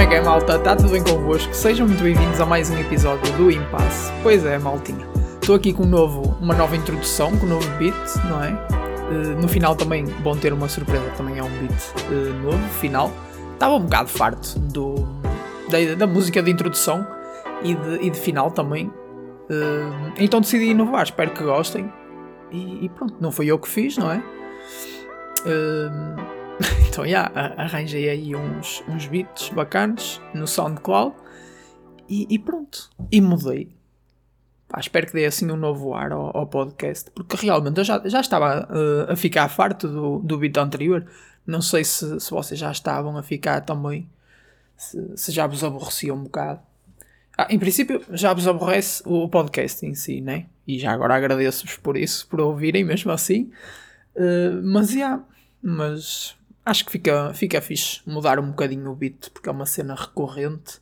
Como é que é, malta? Está tudo bem convosco? Sejam muito bem-vindos a mais um episódio do Impasse. Pois é, maltinha. Estou aqui com uma nova introdução, com um novo beat, não é? No final também vão ter uma surpresa, também é um beat novo, final. Estava um bocado farto da música de introdução e de final também. Então decidi inovar, espero que gostem. E pronto, não foi eu que fiz, não é? Então, arranjei aí uns beats bacanas no SoundCloud e pronto. E mudei. Espero que dê assim um novo ar ao podcast, porque realmente eu já estava a ficar farto do beat anterior. Não sei se vocês já estavam a ficar também, se já vos aborrecia um bocado. Em princípio já vos aborrece o podcast em si, né? E já agora agradeço-vos por isso, por ouvirem mesmo assim. Mas acho que fica fixe mudar um bocadinho o beat, porque é uma cena recorrente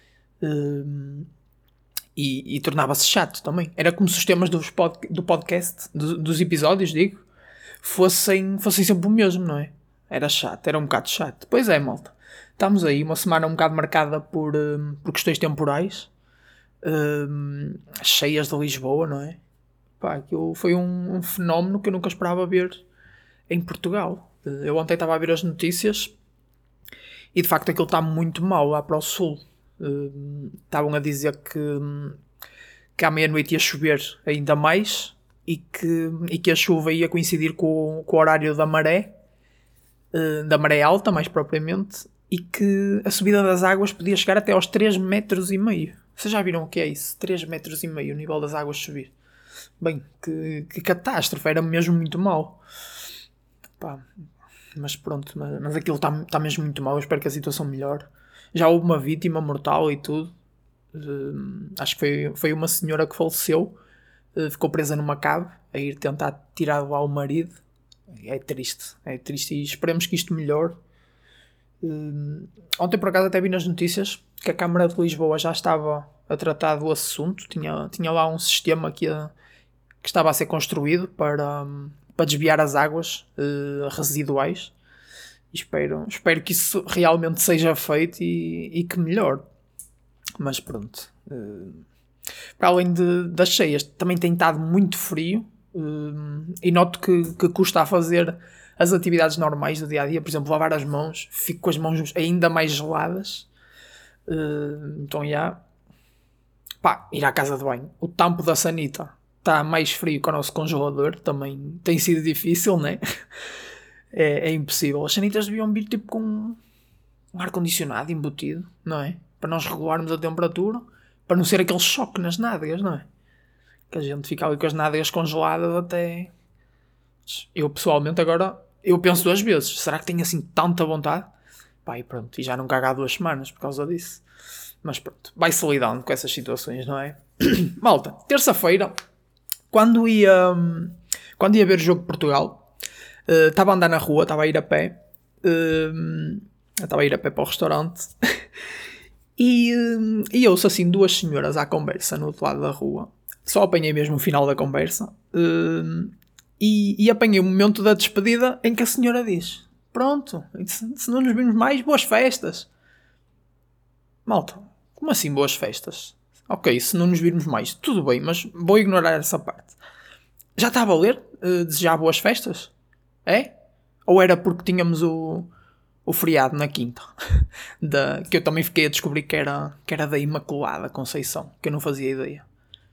e tornava-se chato também. Era como se os temas do podcast, dos episódios, digo, fossem sempre o mesmo, não é? Era chato, era um bocado chato. Pois é, malta. Estamos aí, uma semana um bocado marcada por questões temporais, cheias de Lisboa, não é? Aquilo foi um fenómeno que eu nunca esperava ver em Portugal. Eu ontem estava a ver as notícias e de facto aquilo está muito mal lá para o sul. Estavam a dizer que à meia-noite ia chover ainda mais e que a chuva ia coincidir com o horário da maré alta, mais propriamente, e que a subida das águas podia chegar até aos 3,5 metros. Vocês já viram o que é isso? 3,5 metros o nível das águas subir. Bem, que catástrofe, era mesmo muito mal. Mas pronto, mas aquilo está mesmo muito mal. Eu espero que a situação melhore. Já houve uma vítima mortal e tudo. Acho que foi uma senhora que faleceu, ficou presa numa cave a ir tentar tirar lá o marido. É triste e esperemos que isto melhore. Ontem por acaso até vi nas notícias que a Câmara de Lisboa já estava a tratar do assunto. Tinha lá um sistema que estava a ser construído para desviar as águas residuais. Espero que isso realmente seja feito e que melhore. Mas pronto. Para além das cheias, também tem estado muito frio. E noto que custa a fazer as atividades normais do dia a dia. Por exemplo, lavar as mãos. Fico com as mãos ainda mais geladas. Então ir à casa de banho. O tampo da sanita está mais frio que o nosso congelador. Também tem sido difícil, né? É impossível. As sanitas deviam vir tipo com um ar-condicionado embutido, não é? Para nós regularmos a temperatura, para não ser aquele choque nas nádegas, não é? Que a gente fica ali com as nádegas congeladas até... Eu pessoalmente agora, eu penso 2 vezes. Será que tenho assim tanta vontade? E pronto, e já não cago há 2 semanas por causa disso. Mas pronto, vai-se lidando com essas situações, não é? Malta, terça-feira, quando ia ver o jogo de Portugal, estava a andar na rua, estava a ir a pé. Estava a ir a pé para o restaurante. E ouço assim 2 senhoras à conversa no outro lado da rua. Só apanhei mesmo o final da conversa. E apanhei o momento da despedida em que a senhora diz: pronto, se não nos vimos mais, boas festas. Malta, como assim boas festas? Ok, se não nos virmos mais, tudo bem, mas vou ignorar essa parte. Já está a valer desejar boas festas? É? Ou era porque tínhamos o feriado na quinta? Que eu também fiquei a descobrir que era da Imaculada Conceição, que eu não fazia ideia.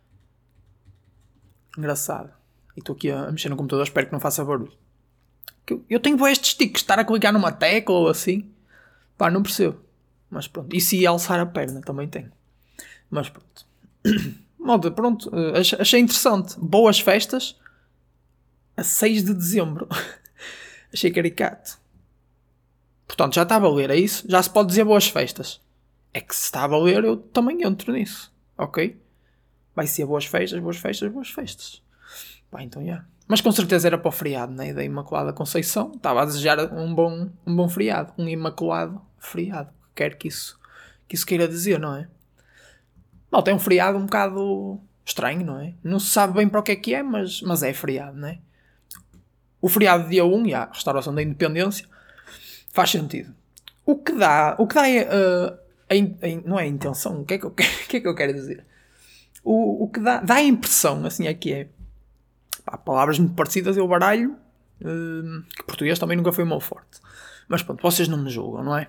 Engraçado. E estou aqui a mexer no computador, espero que não faça barulho. Eu tenho estes tiques, estar a clicar numa tecla ou assim. Não percebo. Mas pronto. E se alçar a perna, também tenho. Mas pronto. Malta, pronto. Achei interessante. Boas festas a 6 de dezembro. Achei caricato. Portanto, já está a valer, é isso? Já se pode dizer boas festas. É que se está a valer, eu também entro nisso. Ok? Vai ser boas festas, boas festas, boas festas. Então já. Mas com certeza era para o feriado, né? Da Imaculada Conceição. Estava a desejar um bom feriado. Um imaculado feriado. Quero que isso queira dizer, não é? Malta, é um feriado um bocado estranho, não é? Não se sabe bem para o que é, mas é feriado, não é? O feriado dia 1, a restauração da independência, faz sentido. O que dá não é a intenção, o que é que eu, o que é que eu quero dizer? O que dá a impressão, assim é que é, pá, palavras muito parecidas eu baralho, que português também nunca foi o meu forte. Mas pronto, vocês não me julgam, não é?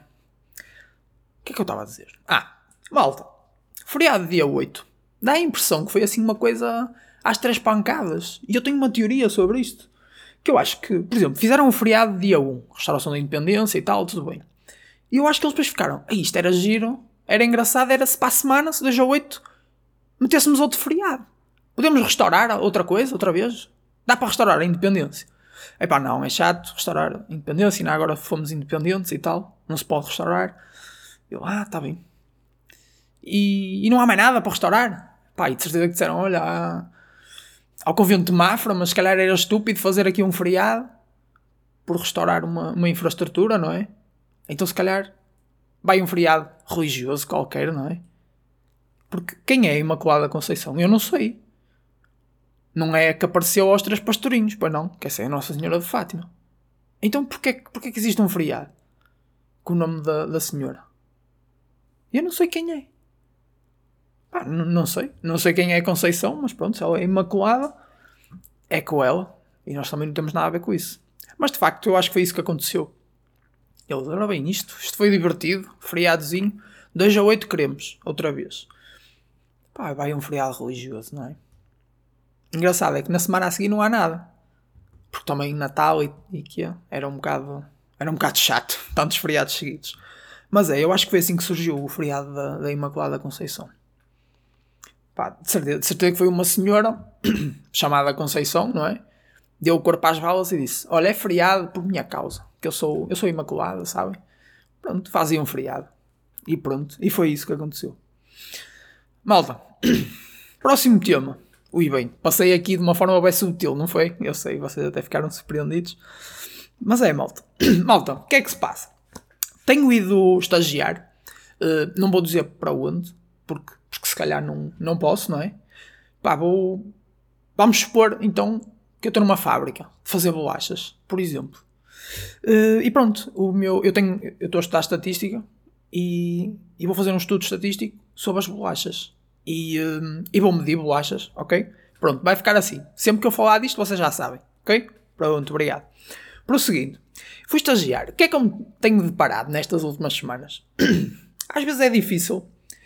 O que é que eu estava a dizer? Malta, feriado dia 8. Dá a impressão que foi assim uma coisa às 3 pancadas. E eu tenho uma teoria sobre isto. Que eu acho que, por exemplo, fizeram um feriado dia 1, restauração da independência e tal, tudo bem. E eu acho que eles depois ficaram, isto era giro, era engraçado, era se para a semana, se 2 a 8, metêssemos outro feriado. Podemos restaurar outra coisa, outra vez? Dá para restaurar a independência? Epá, não, é chato restaurar a independência, ainda agora fomos independentes e tal, não se pode restaurar. Eu, está bem. E não há mais nada para restaurar? Pá, e de certeza que disseram, olha, ao convento de Mafra, mas se calhar era estúpido fazer aqui um feriado por restaurar uma infraestrutura, não é? Então se calhar vai um feriado religioso qualquer, não é? Porque quem é a Imaculada Conceição? Eu não sei. Não é a que apareceu aos 3 pastorinhos, pois não, que essa é a Nossa Senhora de Fátima. Então porquê que existe um feriado com o nome da senhora? Eu não sei quem é. Não sei. Não sei quem é a Conceição, mas pronto, se ela é Imaculada, é com ela. E nós também não temos nada a ver com isso. Mas de facto, eu acho que foi isso que aconteceu. Eles, ora bem, isto foi divertido, feriadozinho. 2 a 8 queremos, outra vez. Pá, vai um feriado religioso, não é? Engraçado é que na semana a seguir não há nada. Porque também Natal e que era um bocado chato, tantos feriados seguidos. Mas eu acho que foi assim que surgiu o feriado da Imaculada Conceição. Pá, de certeza que foi uma senhora chamada Conceição, não é? Deu o corpo às balas e disse, olha, é feriado por minha causa, que eu sou Imaculada, sabem? Pronto, fazia um feriado. E pronto, e foi isso que aconteceu. Malta, próximo tema. Ui bem, passei aqui de uma forma bem subtil, não foi? Eu sei, vocês até ficaram surpreendidos. Mas malta. Malta, o que é que se passa? Tenho ido estagiar, não vou dizer para onde, porque se calhar não posso, não é? Pá, vamos supor, então, que eu estou numa fábrica de fazer bolachas, por exemplo. E pronto, eu estou a estudar estatística e vou fazer um estudo estatístico sobre as bolachas. E vou medir bolachas, ok? Pronto, vai ficar assim. Sempre que eu falar disto, vocês já sabem, ok? Pronto, obrigado. Prosseguindo. Fui estagiar. O que é que eu me tenho deparado nestas últimas semanas? Às vezes é difícil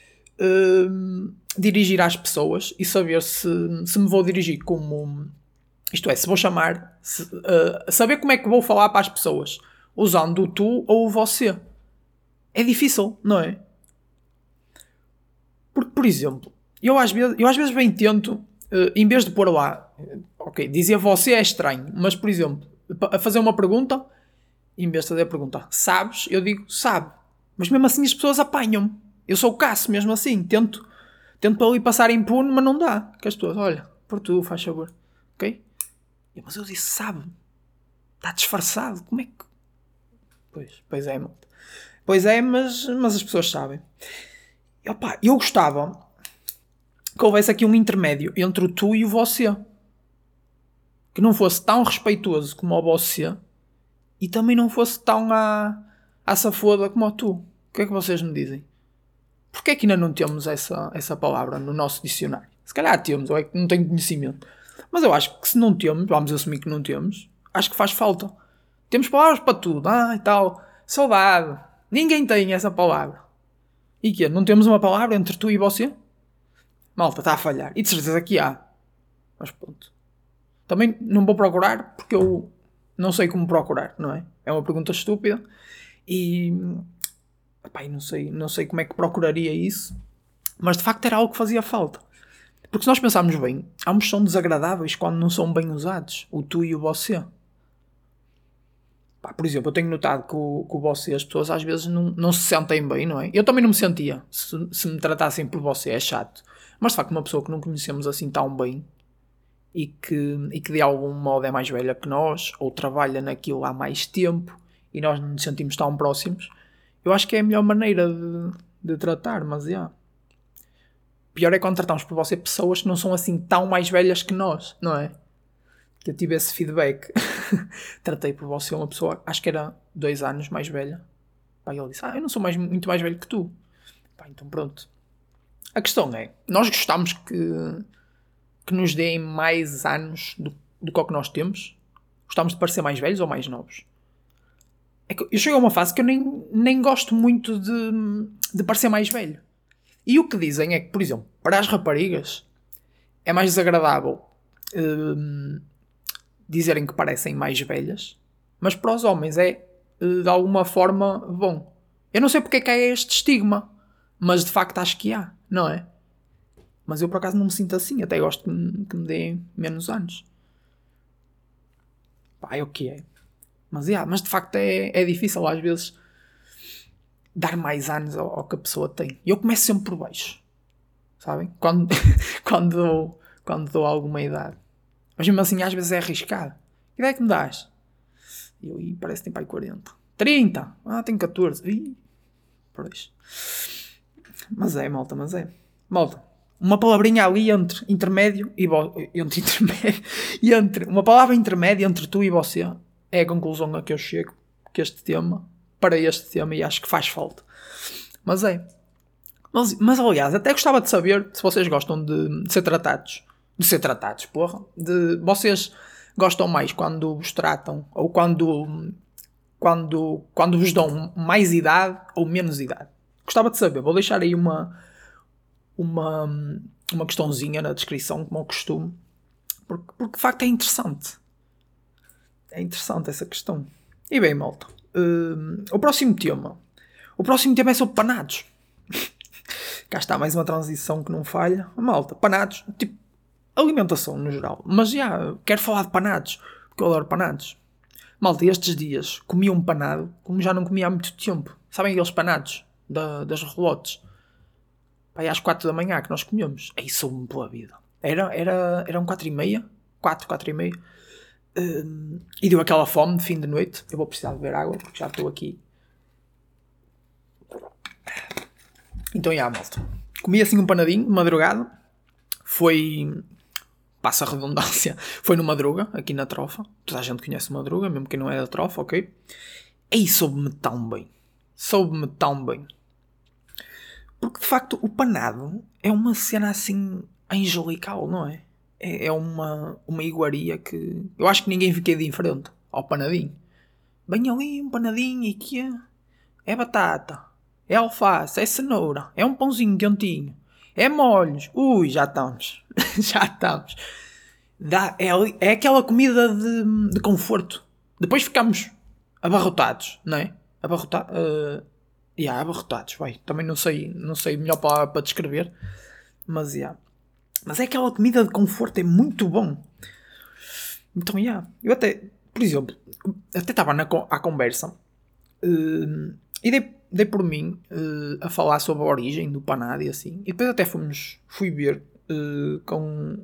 dirigir às pessoas e saber se me vou dirigir como... Isto é, se vou chamar... saber como é que vou falar para as pessoas. Usando o tu ou o você. É difícil, não é? Porque, por exemplo, eu às vezes bem tento, em vez de pôr lá... Ok, dizer você é estranho. Mas, por exemplo, a fazer uma pergunta... Em vez de fazer a pergunta, sabes? Eu digo, sabe. Mas mesmo assim as pessoas apanham-me. Eu sou caço mesmo assim. Tento para ali passar impune, mas não dá. Que as pessoas, olha, por tu, faz favor. Ok? Mas eu disse, sabe. Está disfarçado. Como é que... Pois é, malta. Pois é, mas as pessoas sabem. E, opa, eu gostava que houvesse aqui um intermédio entre o tu e o você. Que não fosse tão respeitoso como o você... E também não fosse tão à safoda como o tu. O que é que vocês me dizem? Porquê é que ainda não temos essa palavra no nosso dicionário? Se calhar temos, ou é que não tenho conhecimento. Mas eu acho que se não temos, vamos assumir que não temos, acho que faz falta. Temos palavras para tudo, e tal. Saudade. Ninguém tem essa palavra. E quê? Não temos uma palavra entre tu e você? Malta, está a falhar. E de certeza que há. Mas pronto. Também não vou procurar porque eu... não sei como procurar, não é? É uma pergunta estúpida e não sei como é que procuraria isso, mas de facto era algo que fazia falta. Porque se nós pensarmos bem, ambos são desagradáveis quando não são bem usados, o tu e o você. Por exemplo, eu tenho notado que o você, as pessoas às vezes não se sentem bem, não é? Eu também não me sentia se me tratassem por você, é chato. Mas de facto uma pessoa que não conhecemos assim tão bem e que de algum modo é mais velha que nós, ou trabalha naquilo há mais tempo, e nós não nos sentimos tão próximos, eu acho que é a melhor maneira de tratar, mas pior é quando tratamos por você pessoas que não são assim tão mais velhas que nós, não é? Que eu tive esse feedback. Tratei por você uma pessoa, acho que era 2 anos mais velha. Ele disse, eu não sou muito mais velho que tu. Pá, então pronto. A questão é, nós gostamos que nos deem mais anos do que o que nós temos? Gostamos de parecer mais velhos ou mais novos? É que eu chego a uma fase que eu nem gosto muito de parecer mais velho. E o que dizem é que, por exemplo, para as raparigas é mais desagradável dizerem que parecem mais velhas, mas para os homens é de alguma forma bom. Eu não sei porque é que há este estigma, mas de facto acho que há, não é? Mas eu por acaso não me sinto assim, até gosto que me deem menos anos. Pá, é o que é. Mas de facto é difícil às vezes dar mais anos ao que a pessoa tem. E eu começo sempre por baixo. Sabem? Quando dou alguma idade. Mas mesmo assim às vezes é arriscado. Que ideia que me dás? E eu, parece que tem pai 40. 30! Tenho 14. Pois. Mas é, malta, Malta, uma palavrinha ali entre intermédio e entre uma palavra intermédia entre tu e você é a conclusão a que eu chego para este tema, e acho que faz falta. Mas é. Mas aliás, até gostava de saber se vocês gostam de ser tratados. De ser tratados, porra. Vocês gostam mais quando vos tratam ou quando vos dão mais idade ou menos idade. Gostava de saber. Vou deixar aí uma questãozinha na descrição, como ao costume. Porque de facto é interessante. É interessante essa questão. E bem, malta. O próximo tema é sobre panados. Cá está mais uma transição que não falha. Malta, panados. Tipo, alimentação no geral. Mas quero falar de panados. Porque eu adoro panados. Malta, estes dias comi um panado como já não comia há muito tempo. Sabem aqueles panados das relotes? Pá, às 4 da manhã que nós comíamos. Aí soube-me pela vida. Eram 4h30. 4h30. E deu aquela fome de fim de noite. Eu vou precisar de beber água porque já estou aqui. Então, malta. Comi assim um panadinho de madrugada. Foi... Passa a redundância. Foi no Madruga, aqui na Trofa. Toda a gente conhece o Madruga, mesmo quem não é da Trofa, ok? Aí soube-me tão bem. Porque, de facto, o panado é uma cena assim angelical, não é? É uma iguaria que... Eu acho que ninguém fica diferente ao panadinho. Bem ali, um panadinho e que é batata, é alface, é cenoura, é um pãozinho quentinho, é molhos. Ui, já estamos. É aquela comida de conforto. Depois ficamos abarrotados, não é? Abarrotados, vai. Também não sei a melhor palavra para descrever. Mas é aquela comida de conforto, é muito bom. Então, eu até, por exemplo, até estava à conversa e dei por mim a falar sobre a origem do panado e assim. E depois até fui ver com...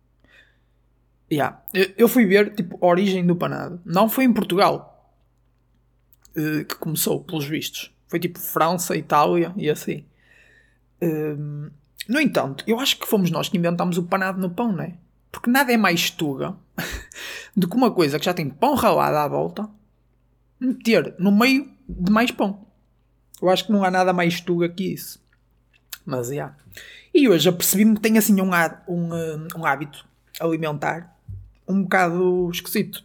Eu fui ver, tipo, a origem do panado. Não foi em Portugal que começou, pelos vistos. Foi tipo França, Itália e assim. No entanto, eu acho que fomos nós que inventámos o panado no pão, não é? Porque nada é mais tuga do que uma coisa que já tem pão ralado à volta meter no meio de mais pão. Eu acho que não há nada mais tuga que isso. Mas, E hoje apercebi-me que tenho assim um hábito alimentar um bocado esquisito.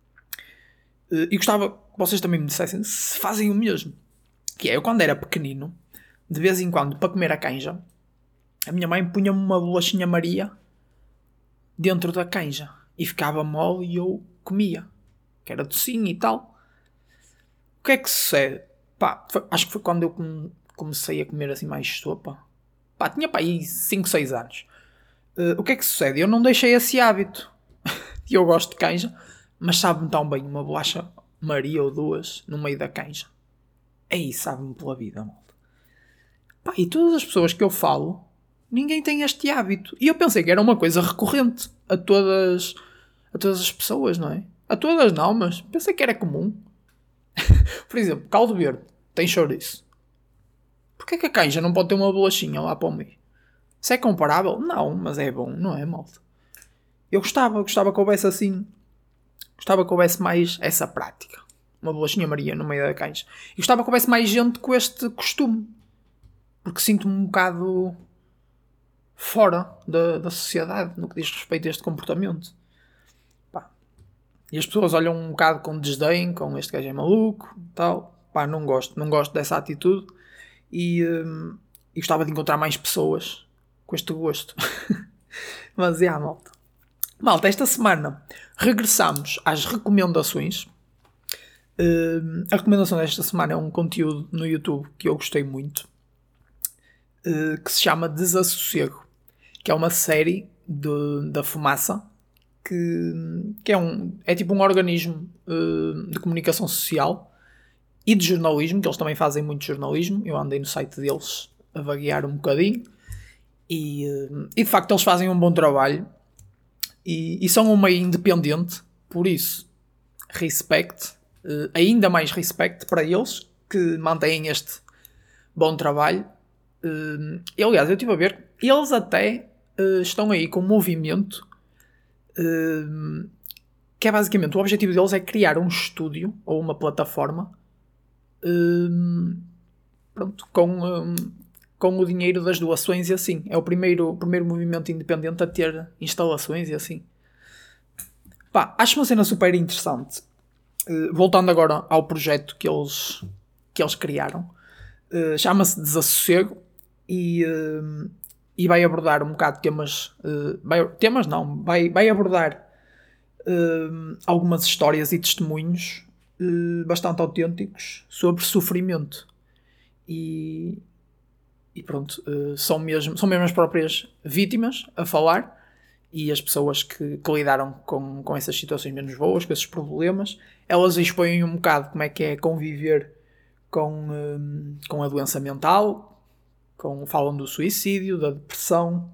E gostava que vocês também me dissessem se fazem o mesmo. Que é, eu quando era pequenino, de vez em quando, para comer a canja, a minha mãe punha-me uma bolachinha Maria dentro da canja. E ficava mole e eu comia. Que era docinho e tal. O que é que sucede? Acho que foi quando eu comecei a comer assim mais sopa. Tinha aí 5, 6 anos. O que é que sucede? Eu não deixei esse hábito. E eu gosto de canja, mas sabe-me tão bem uma bolacha Maria ou duas no meio da canja. Aí sabe-me pela vida, malta. E todas as pessoas que eu falo, ninguém tem este hábito. E eu pensei que era uma coisa recorrente a todas as pessoas, não é? A todas não, mas pensei que era comum. Por exemplo, caldo verde tem chouriço. Porquê que a canja não pode ter uma bolachinha lá para o meio? Se é comparável? Não, mas é bom, não é, malta? Eu gostava que houvesse assim. Gostava que houvesse mais essa prática. Uma bolachinha Maria no meio da canja. E gostava que houvesse mais gente com este costume. porque sinto-me um bocado fora da sociedade no que diz respeito a este comportamento. Pá. E as pessoas olham um bocado com desdém, com este gajo é maluco, tal. Pá, não gosto dessa atitude e gostava de encontrar mais pessoas com este gosto. Mas malta, esta semana regressamos às recomendações. A recomendação desta semana é um conteúdo no YouTube que eu gostei muito, que se chama Desassossego, que é uma série da Fumaça, que é tipo um organismo de comunicação social e de jornalismo, que eles também fazem muito jornalismo. Eu andei no site deles a vaguear um bocadinho e de facto eles fazem um bom trabalho e são um meio independente, por isso respect, ainda mais respect para eles que mantêm este bom trabalho. E, aliás, eu estive a ver, eles até estão aí com um movimento que é basicamente, o objetivo deles é criar um estúdio ou uma plataforma com o dinheiro das doações e assim. É o primeiro movimento independente a ter instalações e assim. Pá, acho uma cena super interessante. Voltando agora ao projeto que eles criaram, chama-se Desassossego e vai abordar um bocado de temas. Vai abordar algumas histórias e testemunhos bastante autênticos sobre sofrimento. E pronto, são mesmo as próprias vítimas a falar e as pessoas que lidaram com essas situações menos boas, com esses problemas, elas expõem um bocado como é que é conviver com a doença mental, falam do suicídio, da depressão,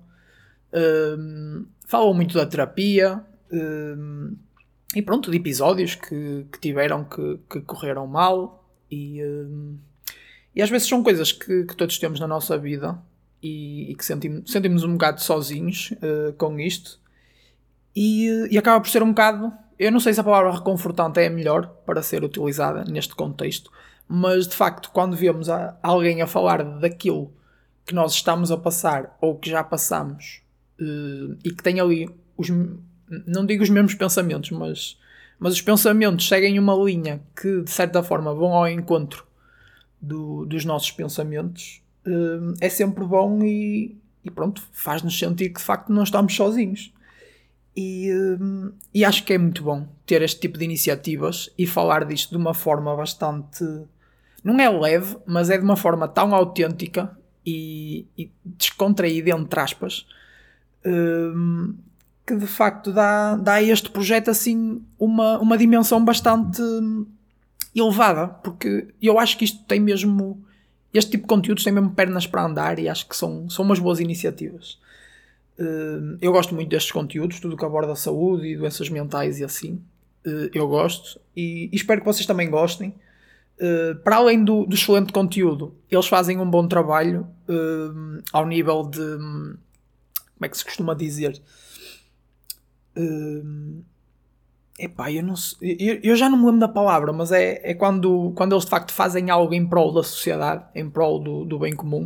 falam muito da terapia e pronto, de episódios que tiveram que correram mal e às vezes são coisas que todos temos na nossa vida e que sentimos um bocado sozinhos com isto e acaba por ser um bocado, eu não sei se a palavra reconfortante é a melhor para ser utilizada neste contexto, mas de facto quando vemos alguém a falar daquilo que nós estamos a passar ou que já passamos e que tem ali não digo os mesmos pensamentos, mas os pensamentos seguem uma linha que de certa forma vão ao encontro dos nossos pensamentos, é sempre bom e pronto, faz-nos sentir que de facto não estamos sozinhos e acho que é muito bom ter este tipo de iniciativas e falar disto de uma forma bastante, não é leve, mas é de uma forma tão autêntica e descontraída, entre aspas, que de facto dá a este projeto assim uma dimensão bastante elevada, porque eu acho que isto tem mesmo, este tipo de conteúdos tem mesmo pernas para andar e acho que são umas boas iniciativas. Eu gosto muito destes conteúdos, tudo que aborda a saúde e doenças mentais e assim, eu gosto e espero que vocês também gostem. Para além do excelente conteúdo, eles fazem um bom trabalho ao nível de, como é que se costuma dizer, eu já não me lembro da palavra, mas é quando eles de facto fazem algo em prol da sociedade, em prol do bem comum.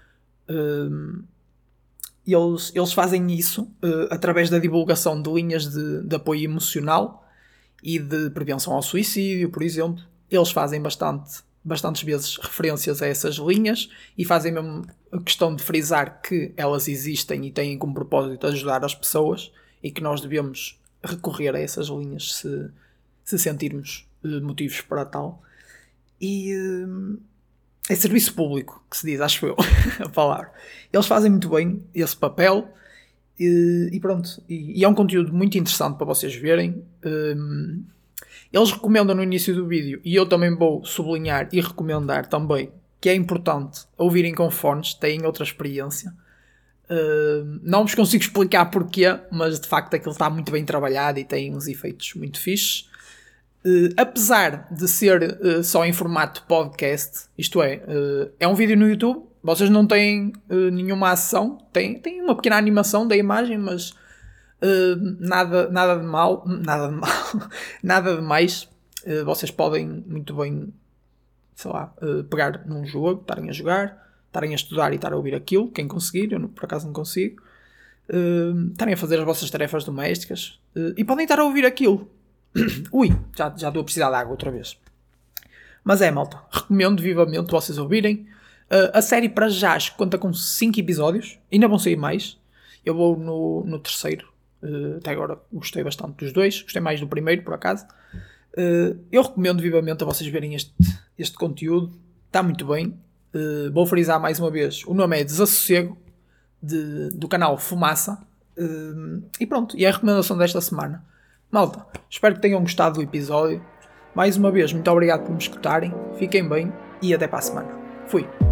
Eles fazem isso através da divulgação de linhas de apoio emocional e de prevenção ao suicídio, por exemplo. Eles fazem bastantes vezes referências a essas linhas e fazem mesmo a questão de frisar que elas existem e têm como propósito ajudar as pessoas e que nós devemos recorrer a essas linhas se sentirmos motivos para tal. E é serviço público que se diz, acho eu, a palavra. Eles fazem muito bem esse papel e pronto. E é um conteúdo muito interessante para vocês verem. Eles recomendam no início do vídeo, e eu também vou sublinhar e recomendar também, que é importante ouvirem com fones, têm outra experiência. Não vos consigo explicar porquê, mas de facto aquilo está muito bem trabalhado e tem uns efeitos muito fixes. Apesar de ser só em formato podcast, isto é um vídeo no YouTube, vocês não têm nenhuma ação, tem uma pequena animação da imagem, mas nada de mal, nada de mais. Vocês podem muito bem, sei lá, pegar num jogo, estarem a jogar, estarem a estudar e estar a ouvir aquilo, quem conseguir, eu por acaso não consigo. Estarem a fazer as vossas tarefas domésticas e podem estar a ouvir aquilo. Ui, já estou a precisar de água outra vez. Mas malta, recomendo vivamente vocês ouvirem. A série para já acho que conta com 5 episódios, ainda vão sair mais. Eu vou no terceiro. Até agora gostei bastante dos dois, gostei mais do primeiro por acaso. Eu recomendo vivamente a vocês verem este conteúdo, está muito bem. Vou frisar mais uma vez, o nome é Desassossego, do canal Fumaça. E pronto, e é a recomendação desta semana. Malta, espero que tenham gostado do episódio. Mais uma vez, muito obrigado por me escutarem, fiquem bem e até para a semana. Fui!